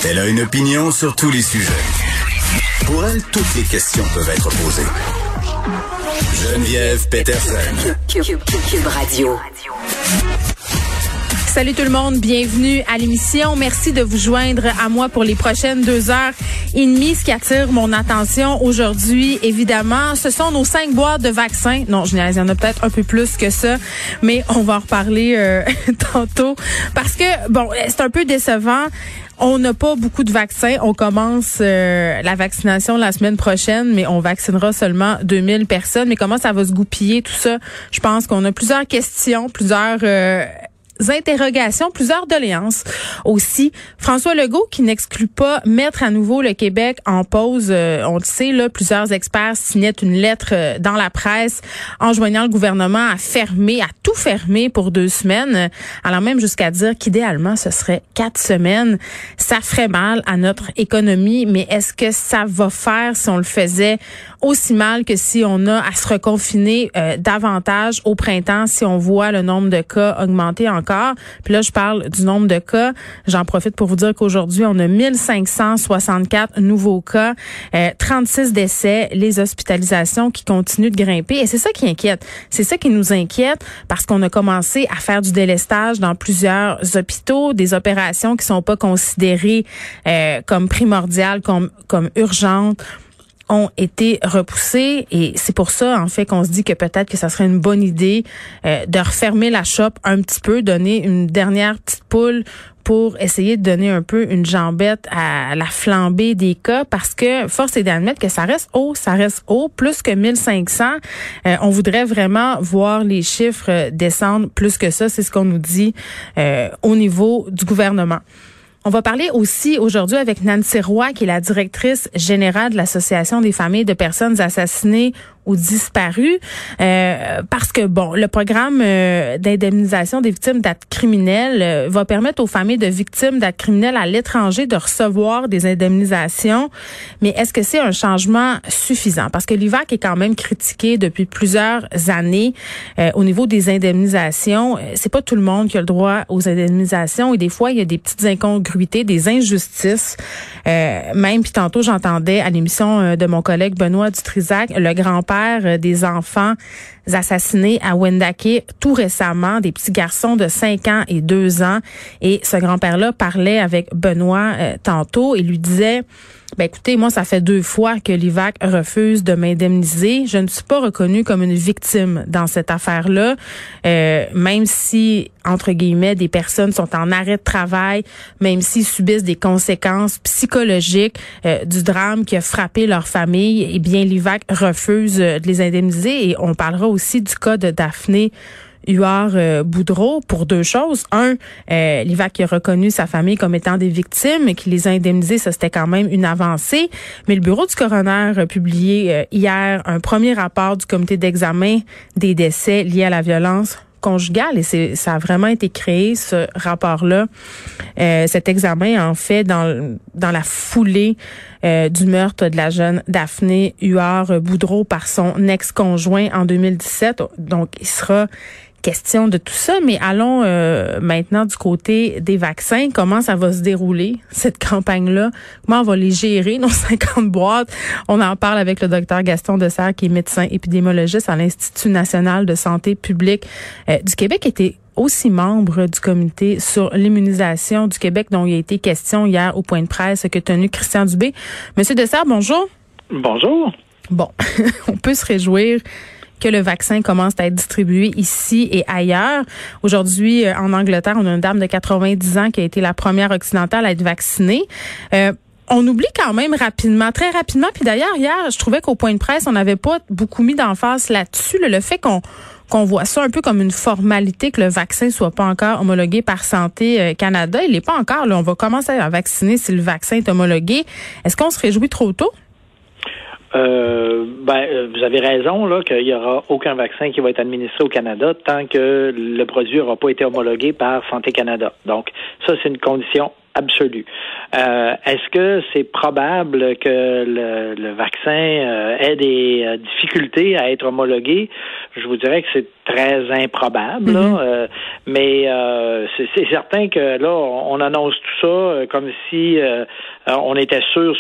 Elle a une opinion sur tous les sujets. Pour elle, toutes les questions peuvent être posées. Geneviève Peterson. Cube Radio. Salut tout le monde, bienvenue à l'émission. Merci de vous joindre à moi pour les prochaines 2h30. Ce qui attire mon attention aujourd'hui, évidemment, ce sont nos 5 boîtes de vaccins. Non, il y en a peut-être un peu plus que ça, mais on va en reparler tantôt. Parce que, bon, c'est un peu décevant. On n'a pas beaucoup de vaccins. On commence la vaccination la semaine prochaine, mais on vaccinera seulement 2000 personnes. Mais comment ça va se goupiller, tout ça? Je pense qu'on a plusieurs questions, plusieurs interrogations, plusieurs doléances aussi. François Legault qui n'exclut pas mettre à nouveau le Québec en pause. On le sait, là, plusieurs experts signaient une lettre dans la presse enjoignant le gouvernement à tout fermer pour 2 semaines, allant même jusqu'à dire qu'idéalement, ce serait 4 semaines. Ça ferait mal à notre économie, mais est-ce que ça va faire si on le faisait aussi mal que si on a à se reconfiner davantage au printemps, si on voit le nombre de cas augmenter encore? Puis là, je parle du nombre de cas. J'en profite pour vous dire qu'aujourd'hui, on a 1564 nouveaux cas, 36 décès, les hospitalisations qui continuent de grimper. Et c'est ça qui inquiète. C'est ça qui nous inquiète parce qu'on a commencé à faire du délestage dans plusieurs hôpitaux, des opérations qui sont pas considérées comme primordiales, comme urgentes, ont été repoussés et c'est pour ça en fait qu'on se dit que peut-être que ça serait une bonne idée de refermer la shop un petit peu, donner une dernière petite poule pour essayer de donner un peu une jambette à la flambée des cas parce que force est d'admettre que ça reste haut, plus que 1500. On voudrait vraiment voir les chiffres descendre plus que ça, c'est ce qu'on nous dit au niveau du gouvernement. On va parler aussi aujourd'hui avec Nancy Roy, qui est la directrice générale de l'Association des familles de personnes assassinées ou disparues, parce que, bon, le programme d'indemnisation des victimes d'actes criminels va permettre aux familles de victimes d'actes criminels à l'étranger de recevoir des indemnisations. Mais est-ce que c'est un changement suffisant? Parce que l'IVAC est quand même critiqué depuis plusieurs années au niveau des indemnisations. C'est pas tout le monde qui a le droit aux indemnisations et des fois, il y a des petites incongruités, des injustices. Même, puis tantôt, j'entendais à l'émission de mon collègue Benoît Dutrisac, le grand-père des enfants assassinés à Wendake tout récemment, des petits garçons de 5 ans et 2 ans. Et ce grand-père-là parlait avec Benoît tantôt et lui disait... Ben écoutez, moi, ça fait 2 fois que l'IVAC refuse de m'indemniser. Je ne suis pas reconnue comme une victime dans cette affaire-là, même si, entre guillemets, des personnes sont en arrêt de travail, même s'ils subissent des conséquences psychologiques du drame qui a frappé leur famille, eh bien, l'IVAC refuse de les indemniser. Et on parlera aussi du cas de Daphné Huard-Boudreau pour 2 choses. Un, l'IVAC qui a reconnu sa famille comme étant des victimes et qui les a indemnisés, ça c'était quand même une avancée. Mais le bureau du coroner a publié hier un premier rapport du comité d'examen des décès liés à la violence conjugale et ça a vraiment été créé, ce rapport-là. Cet examen, en fait, dans la foulée du meurtre de la jeune Daphné Huard-Boudreau par son ex-conjoint en 2017. Donc, il sera question de tout ça, mais allons maintenant du côté des vaccins. Comment ça va se dérouler, cette campagne-là? Comment on va les gérer, nos 50 boîtes? On en parle avec le docteur Gaston Dessert, qui est médecin épidémiologiste à l'Institut national de santé publique du Québec, qui était aussi membre du comité sur l'immunisation du Québec, dont il a été question hier au point de presse que tenu Christian Dubé. Monsieur Dessert, bonjour. Bonjour. Bon, on peut se réjouir que le vaccin commence à être distribué ici et ailleurs. Aujourd'hui, en Angleterre, on a une dame de 90 ans qui a été la première occidentale à être vaccinée. On oublie quand même rapidement, très rapidement. Puis d'ailleurs, hier, je trouvais qu'au point de presse, on n'avait pas beaucoup mis d'emphase là-dessus. Le fait qu'on voit ça un peu comme une formalité, que le vaccin soit pas encore homologué par Santé Canada. Il n'est pas encore. Là, on va commencer à vacciner si le vaccin est homologué. Est-ce qu'on se réjouit trop tôt? Vous avez raison là qu'il y aura aucun vaccin qui va être administré au Canada tant que le produit n'aura pas été homologué par Santé Canada. Donc, ça, c'est une condition absolue. Est-ce que c'est probable que le vaccin ait des difficultés à être homologué? Je vous dirais que c'est très improbable. Là. Mais c'est certain que là, on annonce tout ça comme si on était sûr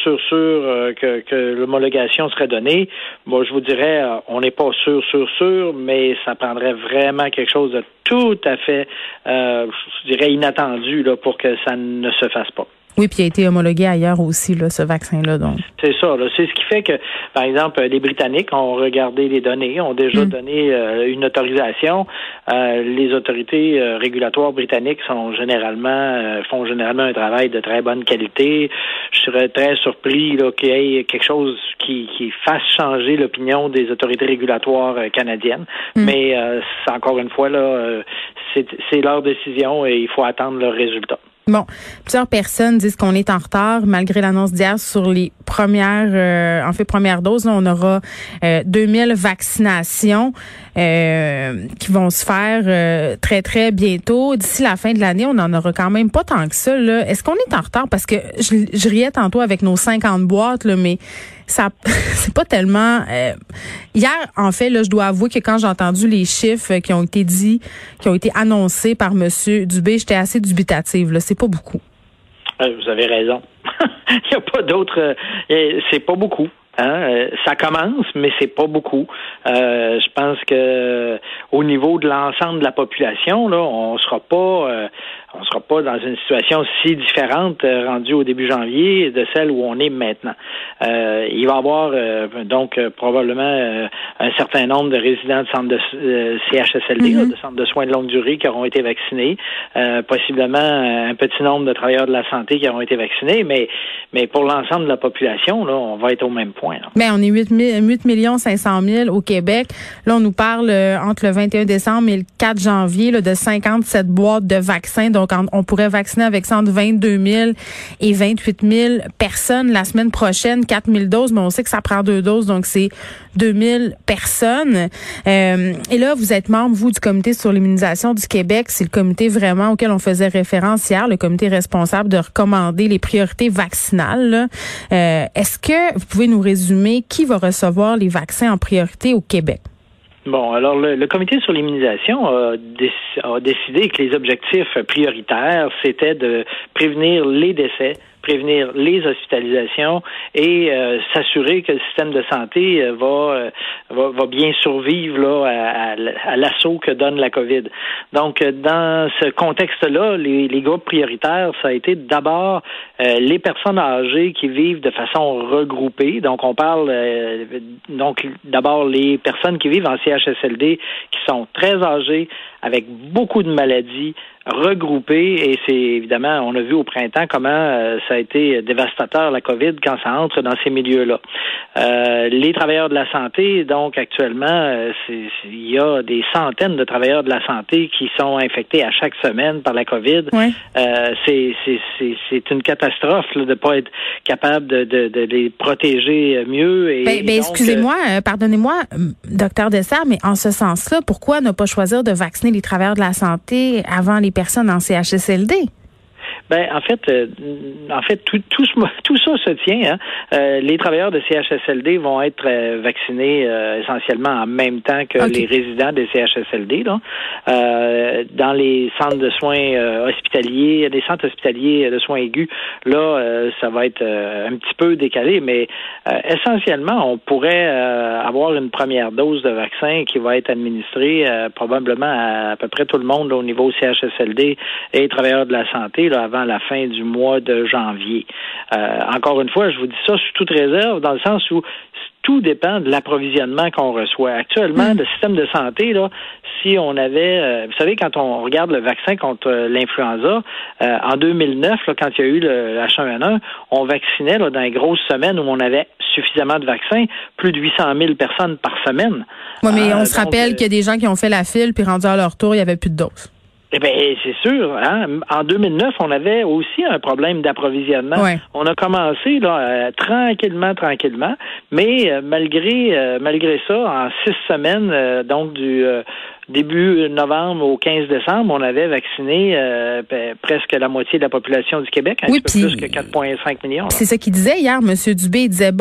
que l'homologation serait donnée. Bon, je vous dirais, on n'est pas sûr, mais ça prendrait vraiment quelque chose de tout à fait, je dirais, inattendu là, pour que ça ne se fasse pas. Oui, puis il a été homologué ailleurs aussi, là, ce vaccin-là. Donc. C'est ça. Là. C'est ce qui fait que, par exemple, les Britanniques ont regardé les données, ont déjà donné une autorisation. Les autorités régulatoires britanniques font généralement un travail de très bonne qualité. Je serais très surpris là, qu'il y ait quelque chose qui fasse changer l'opinion des autorités régulatoires canadiennes. Mais c'est, encore une fois, là, c'est leur décision et il faut attendre leurs résultats. Bon, plusieurs personnes disent qu'on est en retard malgré l'annonce d'hier sur les premières doses. Là, on aura 2000 vaccinations qui vont se faire très, très bientôt. D'ici la fin de l'année, on n'en aura quand même pas tant que ça. Là. Est-ce qu'on est en retard? Parce que je riais tantôt avec nos 50 boîtes, là, mais ça c'est pas tellement hier en fait là je dois avouer que quand j'ai entendu les chiffres qui ont été annoncés par monsieur Dubé, j'étais assez dubitative là, c'est pas beaucoup. Vous avez raison. Il n'y a pas d'autre c'est pas beaucoup. Ça commence, mais c'est pas beaucoup. Je pense que au niveau de l'ensemble de la population, là, on sera pas dans une situation si différente rendue au début janvier de celle où on est maintenant. Il va y avoir donc probablement un certain nombre de résidents de centres de CHSLD, de centres de soins de longue durée qui auront été vaccinés, possiblement un petit nombre de travailleurs de la santé qui auront été vaccinés, mais pour l'ensemble de la population, là, on va être au même point. Là. Ben, on est 8 500 000 au Québec. Là, on nous parle entre le 21 décembre et le 4 janvier là, de 57 boîtes de vaccins. Donc, on pourrait vacciner avec ça entre 22 000 et 28 000 personnes. La semaine prochaine, 4 000 doses, mais on sait que ça prend 2 doses, donc c'est 2 000 personnes. Et là, vous êtes membre, vous, du comité sur l'immunisation du Québec. C'est le comité vraiment auquel on faisait référence hier, le comité responsable de recommander les priorités vaccinales. Là. Est-ce que vous pouvez nous résumer qui va recevoir les vaccins en priorité au Québec? Bon, alors le comité sur l'immunisation a décidé que les objectifs prioritaires, c'était de prévenir les décès, prévenir les hospitalisations et s'assurer que le système de santé va bien survivre là à l'assaut que donne la COVID. Donc, dans ce contexte-là, les groupes prioritaires, ça a été d'abord les personnes âgées qui vivent de façon regroupée. Donc, on parle donc d'abord les personnes qui vivent en CHSLD qui sont très âgées, avec beaucoup de maladies regroupées, et c'est évidemment, on a vu au printemps comment ça a été dévastateur la COVID quand ça entre dans ces milieux-là. Les travailleurs de la santé, donc actuellement, il y a des centaines de travailleurs de la santé qui sont infectés à chaque semaine par la COVID. Oui. C'est une catastrophe là, de pas être capable de les protéger mieux. Et donc, excusez-moi, pardonnez-moi, docteur Dessert, mais en ce sens-là, pourquoi ne pas choisir de vacciner les travailleurs de la santé avant les personnes en CHSLD? Ben en fait, tout ça se tient. Les travailleurs de CHSLD vont être vaccinés essentiellement en même temps que les résidents des CHSLD. Là. Dans les centres de soins hospitaliers, les centres hospitaliers de soins aigus, là, ça va être un petit peu décalé, mais essentiellement, on pourrait avoir une première dose de vaccin qui va être administrée probablement à peu près tout le monde là, au niveau CHSLD et travailleurs de la santé là, avant la fin du mois de janvier. Encore une fois, je vous dis ça sous toute réserve, dans le sens où tout dépend de l'approvisionnement qu'on reçoit. Actuellement, le système de santé, là, si on avait, vous savez, quand on regarde le vaccin contre l'influenza, en 2009, là, quand il y a eu le H1N1, on vaccinait là, dans les grosses semaines où on avait suffisamment de vaccins, plus de 800 000 personnes par semaine. Oui, mais on se rappelle qu'il y a des gens qui ont fait la file, puis rendus à leur tour, il n'y avait plus de doses. Eh bien, c'est sûr. Hein? En 2009, on avait aussi un problème d'approvisionnement. Ouais. On a commencé là tranquillement, mais malgré ça, en 6 semaines, donc du début novembre au 15 décembre, on avait vacciné presque la moitié de la population du Québec, un petit peu plus que 4,5 millions. Là. C'est ça qu'il disait hier, M. Dubé. Il disait,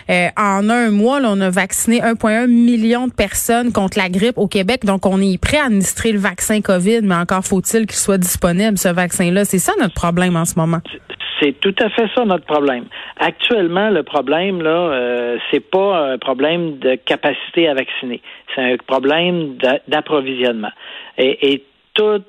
en un mois, là, on a vacciné 1,1 million de personnes contre la grippe au Québec. Donc, on est prêt à administrer le vaccin COVID, mais encore faut-il qu'il soit disponible, ce vaccin-là. C'est ça notre problème en ce moment. C'est tout à fait ça notre problème. Actuellement, le problème là, c'est pas un problème de capacité à vacciner, c'est un problème d'approvisionnement. Et toute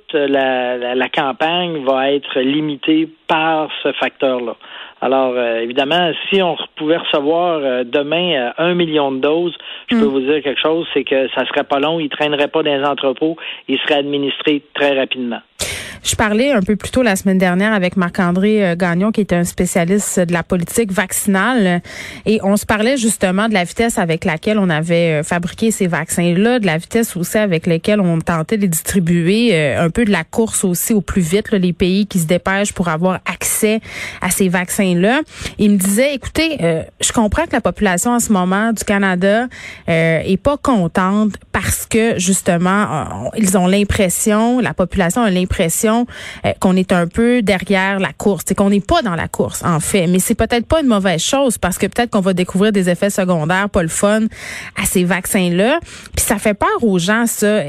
la campagne va être limitée par ce facteur-là. Alors, évidemment, si on pouvait recevoir demain 1 million de doses, je peux vous dire quelque chose, c'est que ça serait pas long, il traînerait pas dans les entrepôts, il serait administré très rapidement. Je parlais un peu plus tôt la semaine dernière avec Marc-André Gagnon, qui est un spécialiste de la politique vaccinale, et on se parlait justement de la vitesse avec laquelle on avait fabriqué ces vaccins-là, de la vitesse aussi avec laquelle on tentait de les distribuer, un peu de la course aussi au plus vite, là, les pays qui se dépêchent pour avoir accès à ces vaccins-là. Il me disait, écoutez, je comprends que la population en ce moment du Canada est pas contente parce que justement, ils ont l'impression, la population a l'impression qu'on est un peu derrière la course, c'est qu'on n'est pas dans la course en fait, mais c'est peut-être pas une mauvaise chose parce que peut-être qu'on va découvrir des effets secondaires pas le fun à ces vaccins-là, puis ça fait peur aux gens ça.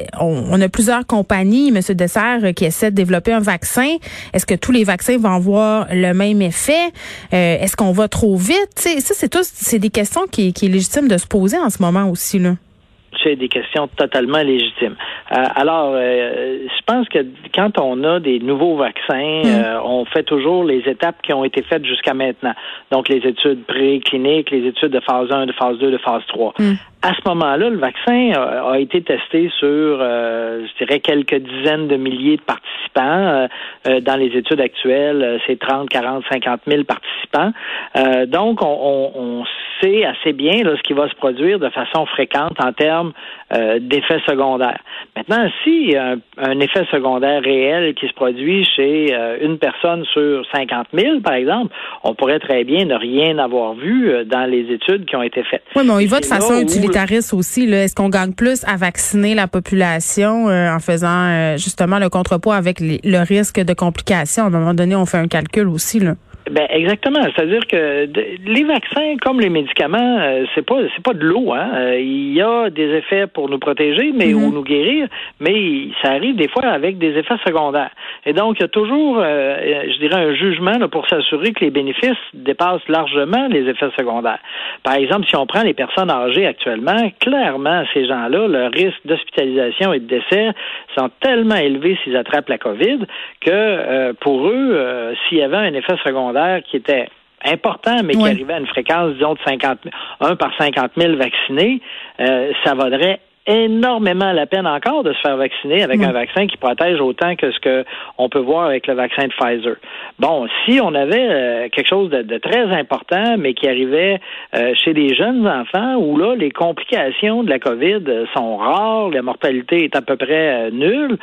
On a plusieurs compagnies, M. Dessert, qui essaient de développer un vaccin. Est-ce que tous les vaccins vont avoir le même effet? Est-ce qu'on va trop vite? T'sais, ça, c'est des questions qui est légitime de se poser en ce moment aussi, là. C'est des questions totalement légitimes. Alors, je pense que quand on a des nouveaux vaccins, on fait toujours les étapes qui ont été faites jusqu'à maintenant. Donc, les études précliniques, les études de phase 1, de phase 2, de phase 3. À ce moment-là, le vaccin a été testé sur, je dirais, quelques dizaines de milliers de participants. Dans les études actuelles, c'est 30, 40, 50 000 participants. Donc, on sait assez bien là, ce qui va se produire de façon fréquente en termes d'effets secondaires. Maintenant, s'il y a un effet secondaire réel qui se produit chez une personne sur 50 000, par exemple, on pourrait très bien ne rien avoir vu dans les études qui ont été faites. Oui, mais on y va de façon utilitariste aussi. Là. Est-ce qu'on gagne plus à vacciner la population en faisant justement le contrepoids avec le risque de complications? À un moment donné, on fait un calcul aussi, là. Ben exactement, c'est-à-dire que les vaccins comme les médicaments, c'est pas de l'eau, hein. Il y a des effets pour nous protéger, mais ou nous guérir, mais ça arrive des fois avec des effets secondaires. Et donc il y a toujours, je dirais, un jugement là, pour s'assurer que les bénéfices dépassent largement les effets secondaires. Par exemple, si on prend les personnes âgées actuellement, clairement ces gens-là, leur risque d'hospitalisation et de décès sont tellement élevés s'ils attrapent la COVID que pour eux, s'il y avait un effet secondaire qui était important, mais qui arrivait à une fréquence, disons, de 1 par 50 000 vaccinés, ça vaudrait énormément la peine encore de se faire vacciner avec un vaccin qui protège autant que ce que on peut voir avec le vaccin de Pfizer. Bon, si on avait quelque chose de très important, mais qui arrivait chez des jeunes enfants, où là, les complications de la COVID sont rares, la mortalité est à peu près nulle,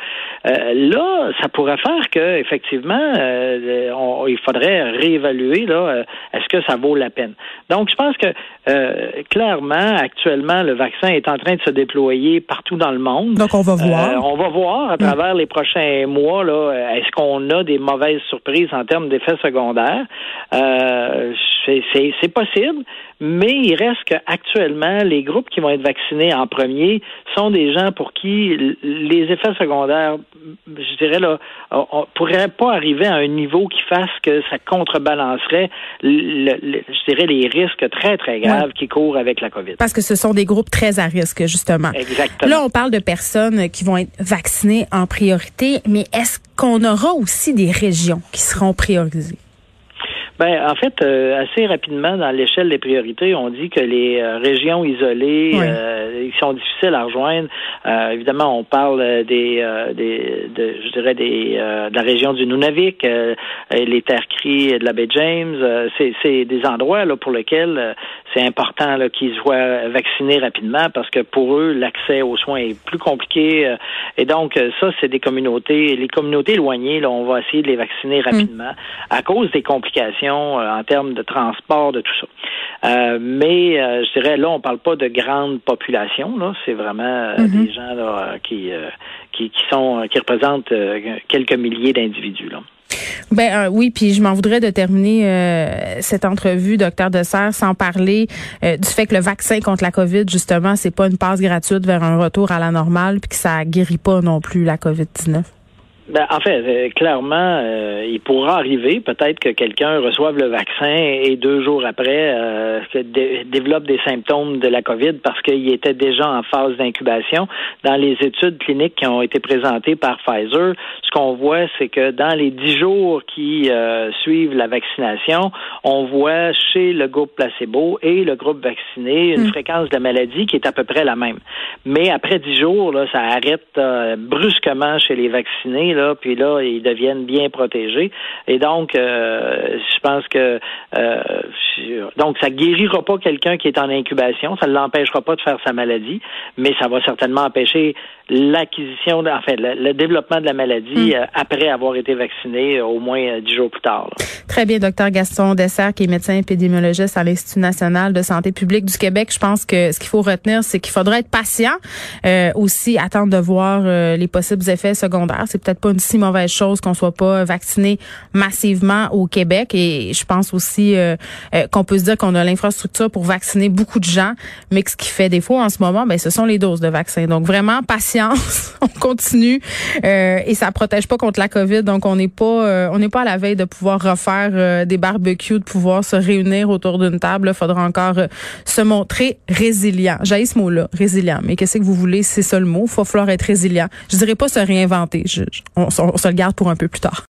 là, ça pourrait faire que effectivement, il faudrait réévaluer là, est-ce que ça vaut la peine. Donc, je pense que clairement, actuellement, le vaccin est en train de se déployer partout dans le monde. Donc, on va voir. On va voir à travers les prochains mois, là, est-ce qu'on a des mauvaises surprises en termes d'effets secondaires? C'est possible, mais il reste qu'actuellement, les groupes qui vont être vaccinés en premier sont des gens pour qui les effets secondaires, je dirais, là, on pourrait pas arriver à un niveau qui fasse que ça contrebalancerait, je dirais, les risques très, très graves qui courent avec la COVID. Parce que ce sont des groupes très à risque, justement. Exactement. Là, on parle de personnes qui vont être vaccinées en priorité, mais est-ce qu'on aura aussi des régions qui seront priorisées? Ben, en fait, assez rapidement, dans l'échelle des priorités, on dit que les régions isolées qui sont difficiles à rejoindre, évidemment, on parle de la région du Nunavik, les terres cries de la baie James. C'est des endroits là pour lesquels c'est important là, qu'ils soient vaccinés rapidement parce que pour eux, l'accès aux soins est plus compliqué. Et donc, ça, c'est des communautés. Les communautés éloignées, là, on va essayer de les vacciner rapidement à cause des complications circulation, en termes de transport, de tout ça. Mais je dirais, là, on parle pas de grande population, là. C'est vraiment des gens là, qui représentent quelques milliers d'individus, là. Oui, puis je m'en voudrais de terminer cette entrevue, Dr Dessert, sans parler du fait que le vaccin contre la COVID, justement, c'est pas une passe gratuite vers un retour à la normale, puis que ça guérit pas non plus la COVID-19. En fait, clairement, il pourra arriver, peut-être que quelqu'un reçoive le vaccin et 2 jours après développe des symptômes de la COVID parce qu'il était déjà en phase d'incubation. Dans les études cliniques qui ont été présentées par Pfizer, ce qu'on voit, c'est que dans les 10 jours qui suivent la vaccination, on voit chez le groupe placebo et le groupe vacciné une fréquence de la maladie qui est à peu près la même. Mais après 10 jours, là, ça arrête brusquement chez les vaccinés. Là, puis là, ils deviennent bien protégés. Et donc, je pense que donc ça guérira pas quelqu'un qui est en incubation, ça ne l'empêchera pas de faire sa maladie, mais ça va certainement empêcher l'acquisition, le développement de la maladie après avoir été vacciné au moins 10 jours plus tard. Là. Très bien, Dr Gaston Dessert, qui est médecin épidémiologiste à l'Institut national de santé publique du Québec. Je pense que ce qu'il faut retenir, c'est qu'il faudra être patient, aussi attendre de voir les possibles effets secondaires. C'est peut-être pas une si mauvaise chose qu'on soit pas vacciné massivement au Québec. Et je pense aussi qu'on peut se dire qu'on a l'infrastructure pour vacciner beaucoup de gens, mais que ce qui fait défaut en ce moment, ce sont les doses de vaccin. Donc vraiment, patience, on continue et ça protège pas contre la COVID. Donc on n'est pas à la veille de pouvoir refaire des barbecues, de pouvoir se réunir autour d'une table. Il faudra encore se montrer résilient. J'haïs ce mot-là, résilient. Mais qu'est-ce que vous voulez? C'est ça le mot. Il va falloir être résilient. Je dirais pas se réinventer. On se le garde pour un peu plus tard.